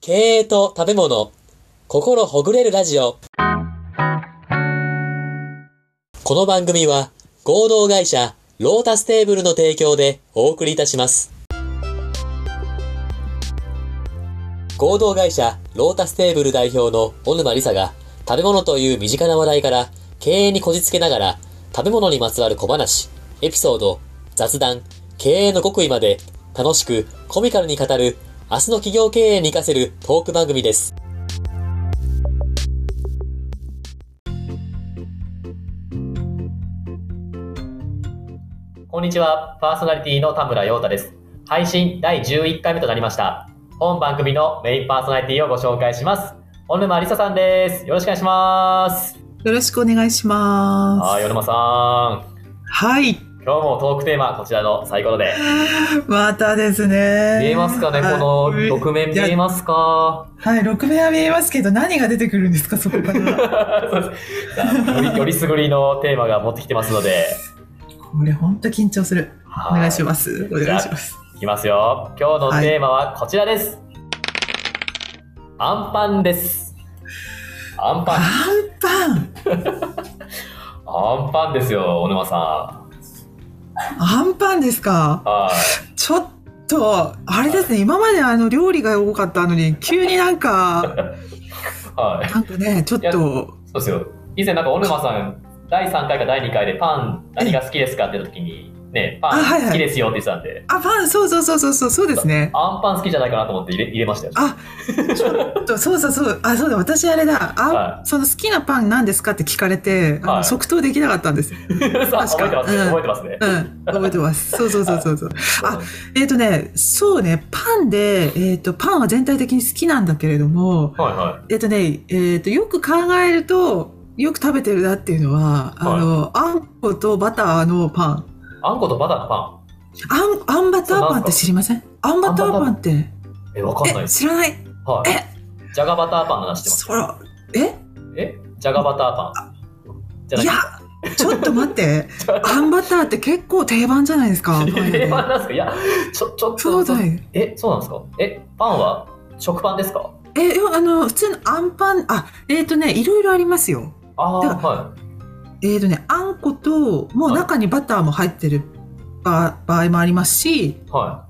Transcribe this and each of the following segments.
経営と食べ物、心ほぐれるラジオ。この番組は合同会社ロータステーブルの提供でお送りいたします。合同会社ロータステーブル代表の小沼理沙が、食べ物という身近な話題から経営にこじつけながら、食べ物にまつわる小話、エピソード、雑談、経営の極意まで楽しくコミカルに語る、明日の企業経営に活かせるトーク番組です。こんにちは、パーソナリティの田村陽太です。配信第11回目となりました。本番組のメインパーソナリティをご紹介します。小沼理沙さんです。よろしくお願いします。 よろしくお願いします。 はい、小沼さん。 はい。 今日もトークテーマ、こちらのサイコロで。 またですね。 見えますかね、この6面見えますか？ はい、6面は見えますけど、何が出てくるんですか、そこから。 そうです。よりすぐりのテーマが持ってきてますので。 これほんと緊張する。お願いします。お願いします。 いきますよ。今日のテーマはこちらです。アンパンです。アンパン。アンパンですよ、小沼さん。 アンパンですか？ はい。 ちょっと、あれですね、今まで料理が多かったのに、急になんか、 はい。 なんかね、ちょっと。 そうですよ。以前なんか小沼さん、第3回か第2回でパン何が好きですかって言った時に、ね、パン好きですよって言ってたんで。 パン、そうですね。 アンパン好きじゃないかなと思って入れましたよ。 ちょっと、そうだ、私あれだ。 はい、 その好きなパン何ですかって聞かれて、 はい、 即答できなかったんですよ。 覚えてますね。覚えてますね。 覚えてます。そう。そうね、パンで、パンは全体的に好きなんだけれども、 はいはい。 よく考えると、よく食べてるなっていうのは、あんことバターのパン。 あんことバターのパン？あんバターパンって知りません？あんバターパンって。 わかんないです。 知らない。 はい。じゃがバターパンの話してます。 そら、 じゃがバターパン。 いや、ちょっと待って。あんバターって結構定番じゃないですか。 定番なんですか？いや、ちょっと。 そうだよ。 そうなんですか？パンは食パンですか？ 普通のあんパン、いろいろありますよ。 はい。 あんこともう中にバターも入ってる場合もありますし、 はい、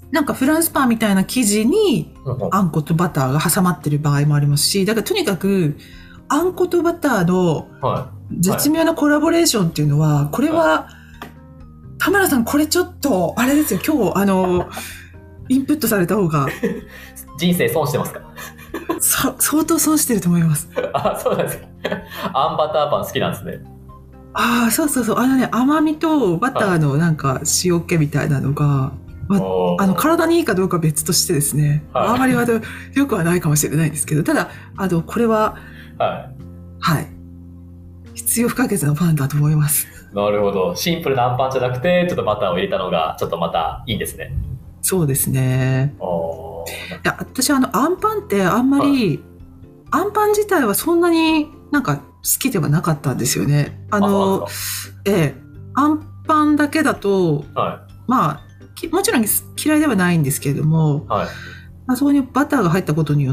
なんかフランスパンみたいな生地にあんことバターが挟まってる場合もありますし、だからとにかくあんことバターの絶妙なコラボレーションっていうのは、これは田村さん、これちょっとあれですよ、今日インプットされた方が人生損してますか？ 相当損してると思います。 そうなんですか。あんバターパン好きなんですね。 そう。甘みとバターのなんか塩気みたいなのが、体にいいかどうかは別としてですね、あまりよくはないかもしれないですけど、ただ、これは、はい。必要不可欠なパンだと思います。 なるほど。シンプルなあんパンじゃなくて、ちょっとバターを入れたのが、ちょっとまたいいんですね。 そうですね。いや、私あんパンってあんまり、あんパン自体はそんなになんか好きではなかったんですよね。あんパンだけだと、まあもちろん嫌いではないんですけれども、そこにバターが入ったことによって、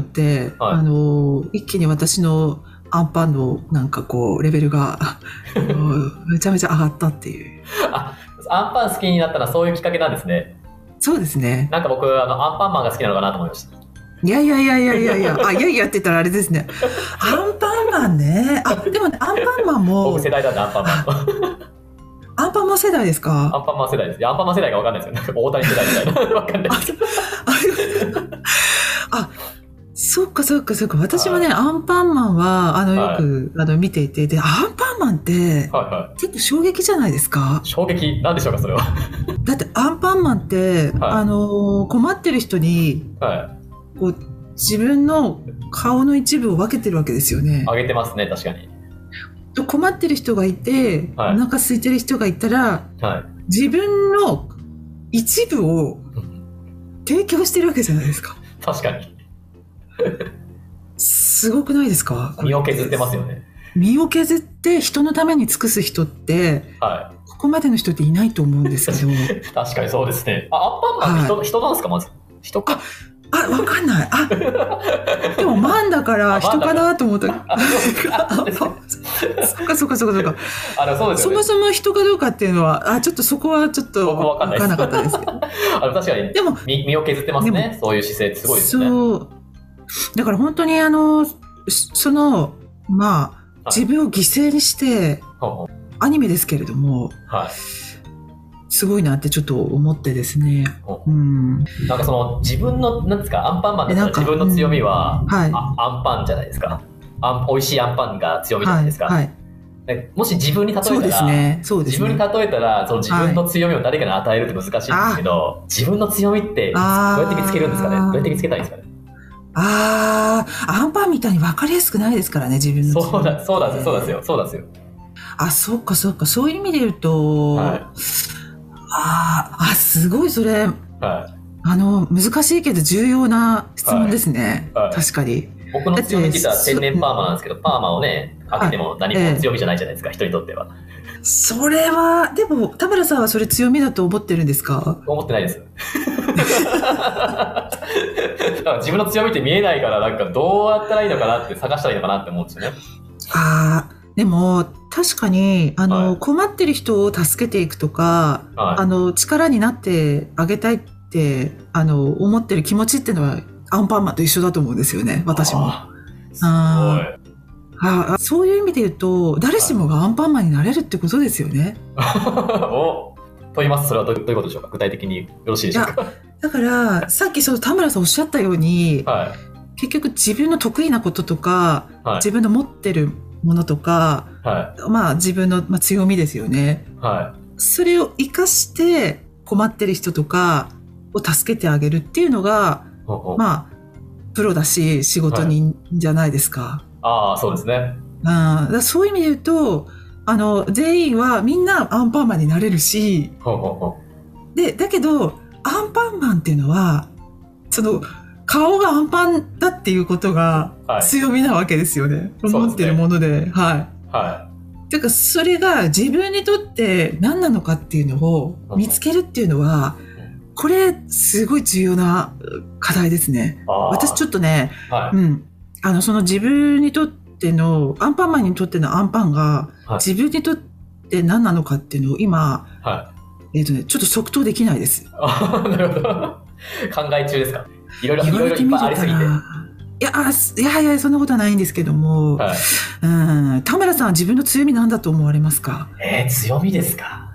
一気に私のあんパンのなんかこうレベルがめちゃめちゃ上がったっていう。 あんパン好きになったらそういうきっかけなんですね。 そうですね。 なんか僕アンパンマンが好きなのかなと思いました。 いやって言ったらあれですね。アンパンマンね。でもね、アンパンマンも。 僕世代なんでアンパンマン。 アンパンマン世代ですか？ アンパンマン世代です。アンパンマン世代がわかんないですよね。大谷世代みたいな。わかんないですけど。 そっか。私もね、アンパンマンは、よく、見ていて、で、アンパンマンって、結構衝撃じゃないですか？ 衝撃なんでしょうか、それは。 だって、アンパンマンって、困ってる人に、こう自分の顔の一部を分けてるわけですよね。 あげてますね、確かに。 困ってる人がいて、お腹空いてる人がいたら、自分の一部を提供してるわけじゃないですか。 確かに。 すごくないですか？ 身を削ってますよね。 身を削って人のために尽くす人って、ここまでの人っていないと思うんですけど。 確かにそうですね。アンパンマンって人なんですか、まず。人か。 わかんない。でも万だから人かなと思った。そっか。 そうですよね。 そもそも人かどうかっていうのは、ちょっとそこはちょっとわからなかったですけど。 確かに。でも身を削ってますね。そういう姿勢ってすごいですね。そう。 だから本当に自分を犠牲にして、アニメですけれども、はい、すごいなってちょっと思ってですね。 なんかその自分のなんですか、アンパンマンだったら自分の強みは、アンパンじゃないですか。美味しいアンパンが強みじゃないですか。もし自分に例えたら、自分に例えたらその自分の強みを誰かに与えるって難しいんですけど、自分の強みってどうやって見つけるんですかね。どうやって見つけたらいいんですかね。 アンパンみたいに分かりやすくないですからね、自分の強み。 そうですよ。 そっか。そういう意味で言うと、すごいそれ、難しいけど重要な質問ですね。確かに。 僕の強みって言ったら天然パーマなんですけど、パーマをね、かけても何も強みじゃないじゃないですか、人にとっては。 それは、でも、田村さんはそれ強みだと思ってるんですか？ 思ってないです。自分の強みって見えないから、なんかどうやったらいいのかなって探したらいいのかなって思うんですよね。 でも、確かに、困ってる人を助けていくとか、力になってあげたいって、思ってる気持ちっていうのは、アンパンマンと一緒だと思うんですよね、私も。すごい。そういう意味で言うと、誰しもがアンパンマンになれるってことですよね。 と言います。それはどういうことでしょうか。具体的によろしいでしょうか。 だから、さっき田村さんおっしゃったように、結局自分の得意なこととか、自分の持ってるものとか、自分の強みですよね。それを生かして困ってる人とかを助けてあげるっていうのが、プロだし仕事人じゃないですか。 そうですね。 だそういう意味で言うと、全員はみんなアンパンマンになれるし、だけどアンパンマンっていうのはその顔がアンパンだっていうことが強みなわけですよね。持ってるもので。だからそれが自分にとって何なのかっていうのを見つけるっていうのは、これすごい重要な課題ですね。私ちょっとね、その自分にとってのアンパンマンにとってのアンパンが自分にとって何なのかっていうのを今、ちょっと即答できないです。 なるほど。考え中ですか。いろいろいっぱいありすぎて。 いやそんなことはないんですけども、田村さんは自分の強みなんだと思われますか？ 強みですか。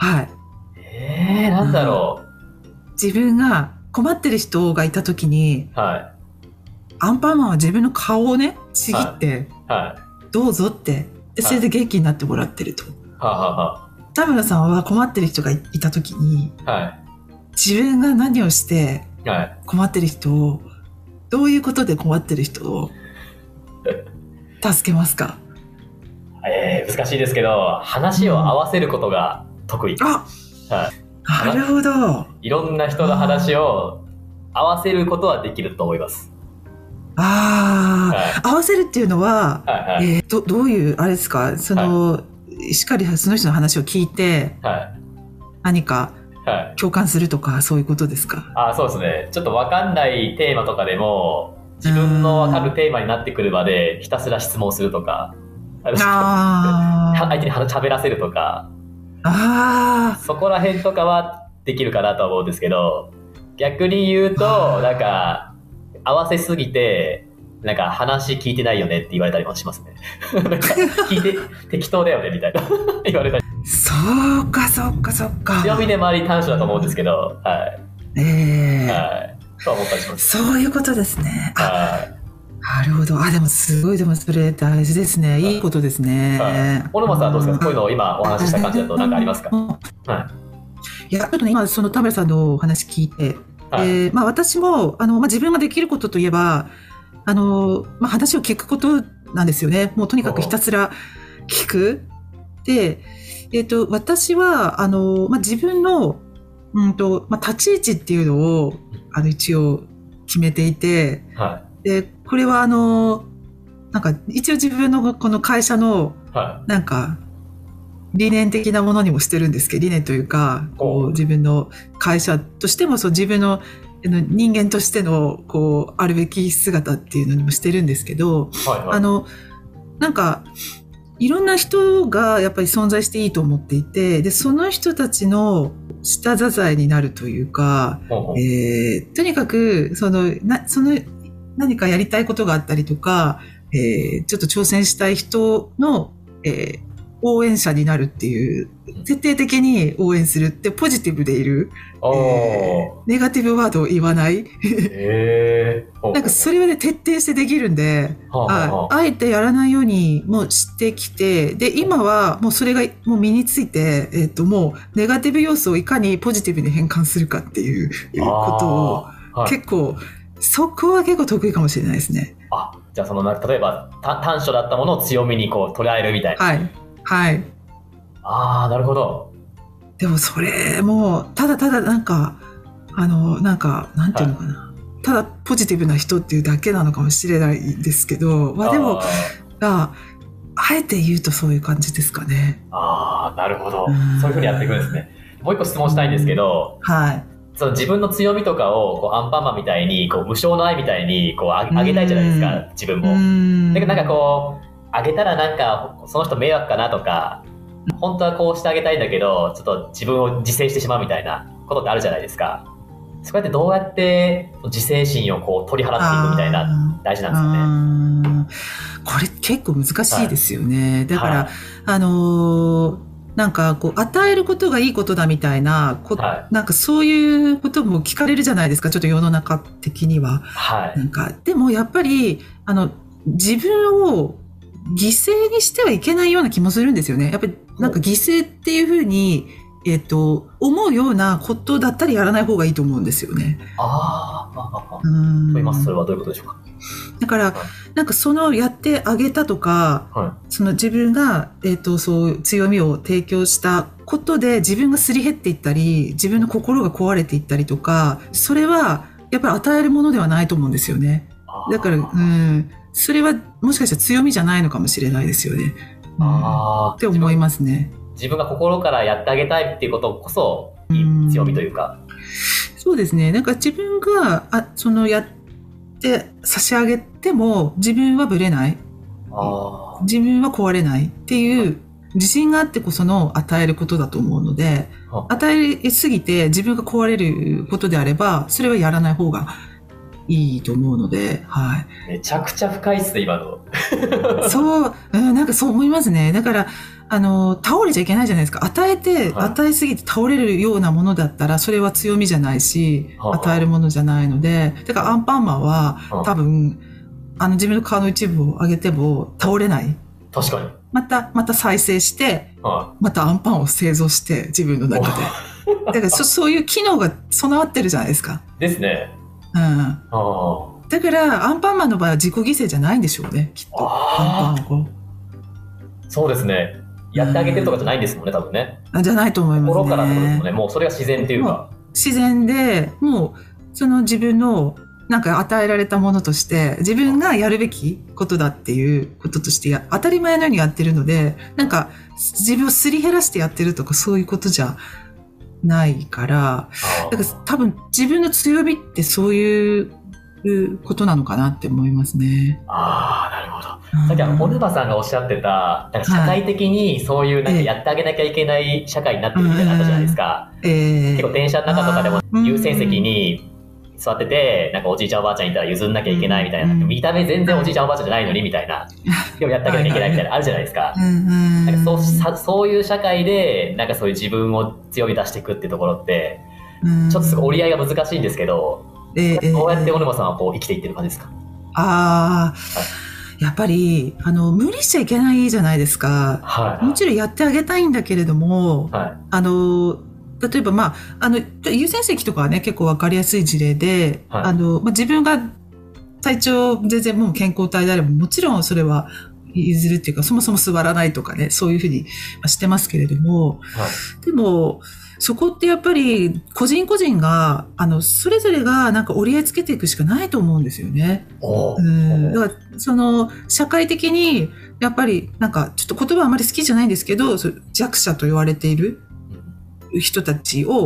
なんだろう。 自分が困ってる人がいた時に、アンパンマンは自分の顔をねちぎって、どうぞってそれで元気になってもらってると。田村さんは困ってる人がいた時に、自分が何をして困ってる人を、どういうことで困ってる人を助けますか？ 難しいですけど、話を合わせることが得意。なるほど。いろんな人の話を合わせることはできると思います。 合わせるっていうのは、どういうあれですか？しっかりその人の話を聞いて、何か共感するとか、そういうことですか？ そうですね。ちょっと分かんないテーマとかでも、自分の分かるテーマになってくるまでひたすら質問するとか、相手に喋らせるとか、そこら辺とかはできるかなとは思うんですけど、逆に言うと、なんか合わせすぎて、なんか話聞いてないよねって言われたりもしますね。なんか聞いて適当だよねみたいな言われたり。 そうか。 強みでもあり短所だと思うんですけど、そう思ったりします。 そういうことですね。なるほど。でもすごい、でもそれ大事ですね。いいことですね。 小沼さんはどうですか？こういうのを今お話しした感じだと何かありますか？ いや、ちょっとね、今その田村さんのお話聞いて、私も自分ができることといえば、話を聞くことなんですよね。もうとにかくひたすら聞く。で、私は自分の立ち位置っていうのを一応決めていて、でこれはなんか一応自分のこの会社のなんか理念的なものにもしてるんですけど、理念というか、こう自分の会社としても自分の人間としての、こう、あるべき姿っていうのにもしてるんですけど、 はいはい。 なんか、いろんな人がやっぱり存在していいと思っていて、で、その人たちの下支えになるというか、 ほうほう。 とにかく、何かやりたいことがあったりとか、ちょっと挑戦したい人の、応援者になるっていう、徹底的に応援するってポジティブでいる、 おー。 ネガティブワードを言わない。 ほうなんかほうほう。 それはね、徹底してできるんで、 はあはあはあえてやらないようにもうしてきて、で、今はもうそれがもう身について、もうネガティブ要素をいかにポジティブに変換するかっていうあ。 ことをああ、はい。 結構、そこは結構得意かもしれないですね。 あ、じゃあ例えば短所だったものを強みにこう捉えるみたいな。 はい。はい。 ああ、なるほど。 でもそれも、ただただなんか、なんていうのはい。 かな。ただポジティブな人っていうだけなのかもしれないですけど、まあでも、 あああえて言うとそういう感じですかね。 あ、ああ、なるほうーど。そういうふうにやっていくんですん。 ね。もう一個質問したいんですけど、 はい。 その自分の強みとかをこうアンパンマンみたいにこう無償の愛みたいにこううー上げたいじゃないですん。 か、自分うーも。だけどなんかん。 こう上げたらなんかその人迷惑かなとか、本当はこうしてあげたいんだけどちょっと自分を自制してしまうみたいなことってあるじゃないですか。そこやってどうやって自制心をこう取り払っていくみたいな、 あ大事なんあ、 ですかね。 これ結構難しいではいすよね。だから、 はあのなんかこう、与えることがいいことだみたいな、 いはいなんかそういうことも聞かれるじゃないですか、ちょっと世の中的には。 はいなんか、でもやっぱり、自分を犠牲にしてはいけないような気もするんですよね。やっぱりなんか犠牲っていうふうに、思うようなことだったらやらない方がいいと思うんですよね。 あーあーあーうーと言いますそれはん。 どういうことでしょうか。 だから、 はいなんかそのやってあげたとか、 はその自分が、そういう強みを提供したことで自分がすり減っていったり、自分の心が壊れていったりとか、それはやっぱり与えるものではないと思うんですよね。だから、それはもしかしたら強みじゃないのかもしれないですよね。って思いますね。 自分が心からやってあげたいっていうことこそいい強みというか。 そうですね。なんか自分が、やって差し上げても自分はぶれない。自分は壊れないっていう自信があってこその与えることだと思うので、与えすぎて自分が壊れることであれば、それはやらない方がいいと思うので、はい。 めちゃくちゃ深いっすね、今の。 そう、なんかそう思いますね。だから、倒れちゃいけないじゃないですか。与えすぎて倒れるようなものだったら、それは強みじゃないし、与えるものじゃないので、だからアンパンマンは、多分、自分の顔の一部を上げても倒れない。 確かに。 また再生して、またアンパンを製造して、自分の中で。だからそういう機能が備わってるじゃないですか。 ですね。 だから、アンパンマンの場合は自己犠牲じゃないんでしょうね、きっと。アンパンを。 そうですね。やってあげてるとかじゃないんですもんね、多分ね。 じゃないと思いますね。 心からってことですもんね。もうそれが自然っていうか。 自然で、もう、その自分の、なんか与えられたものとして、自分がやるべきことだっていうこととして当たり前のようにやってるので、なんか自分をすり減らしてやってるとかそういうことじゃないから、だから多分自分の強みってそういうことなのかなって思いますね。 ああ、なるほど。さっき小沼さんがおっしゃってた、なんか社会的にそういうなんかやってあげなきゃいけない社会になってるみたいなのあったじゃないですか。結構電車の中とかでも優先席に座ってて、なんかおじいちゃんおばあちゃんいたら譲んなきゃいけないみたいな。見た目全然おじいちゃんおばあちゃんじゃないのにみたいな。でもやってあげなきゃいけないみたいなあるじゃないですか。なんかそういう社会で、なんかそういう自分を強み出していくっていうところって、ちょっとすごい折り合いが難しいんですけど、どうやって小沼さんはこう生きていってる感じですか？ やっぱり、無理しちゃいけないじゃないですか。もちろんやってあげたいんだけれども、例えば、優先席とかはね、結構わかりやすい事例で、自分が体調全然もう健康体であれば、もちろんそれは譲るっていうか、そもそも座らないとかね、そういうふうにしてますけれども、でも、そこってやっぱり個人個人が、それぞれがなんか折り合いつけていくしかないと思うんですよね。だから社会的に、やっぱりなんかちょっと言葉あまり好きじゃないんですけど、弱者と言われている人たちを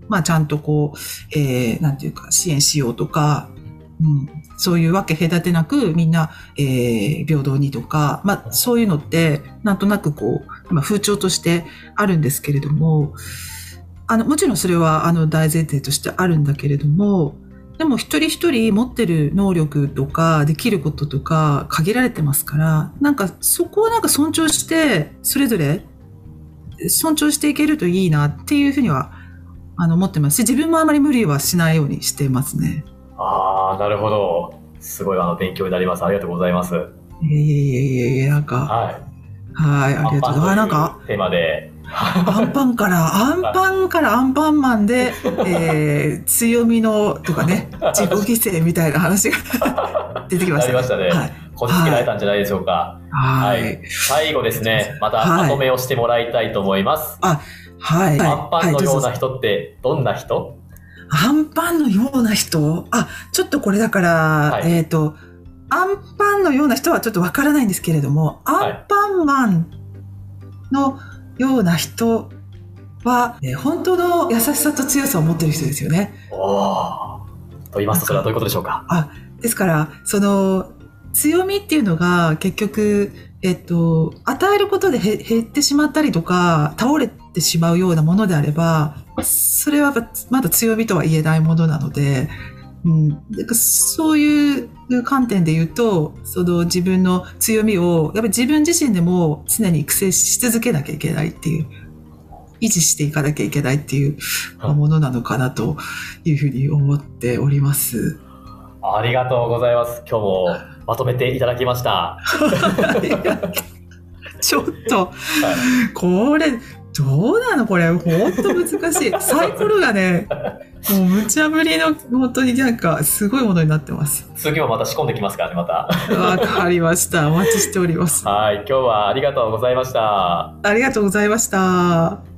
まあちゃんとこう、なんていうか支援しようとか、そういうわけ隔てなくみんな、平等にとか、まあそういうのってなんとなくこう、まあ、風潮としてあるんですけれども、もちろんそれは大前提としてあるんだけれども、でも一人一人持ってる能力とかできることとか限られてますから、なんかそこをなんか尊重して、それぞれ尊重していけるといいなっていうふうには思ってますし、自分もあまり無理はしないようにしてますね。 ああ、なるほど。すごい勉強になります。ありがとうございます。 いえ、なんか。 はい。 はい、ありがとうございます。なんか。 テーマで。 アンパンからアンパンマンで、強みのとかね、自己犠牲みたいな話が出てきましたね。 ありましたね。はい、こじつけられたんじゃないでしょうか。はい。最後ですね、またまとめをしてもらいたいと思います。 はい。 アンパンのような人ってどんな人？ アンパンのような人？ちょっとこれだから、アンパンのような人はちょっとわからないんですけれども、アンパンマンのような人は、本当の優しさと強さを持っている人ですよね。 と言いますと、それはどういうことでしょうか？ ですから、その強みっていうのが結局、与えることで減ってしまったりとか、倒れてしまうようなものであれば、それはまだ強みとは言えないものなので、そういう観点で言うと、その自分の強みをやっぱり自分自身でも常に育成し続けなきゃいけないっていう、維持していかなきゃいけないっていうものなのかなというふうに思っております。 ありがとうございます。今日もまとめていただきました。 ちょっと、これどうなのこれ、ほんと難しい。サイコロがね、もう無茶ぶりの、本当になんか、すごいものになってます。 次もまた仕込んできますからね、また。 わかりました。お待ちしております。 はい、今日はありがとうございました。 ありがとうございました。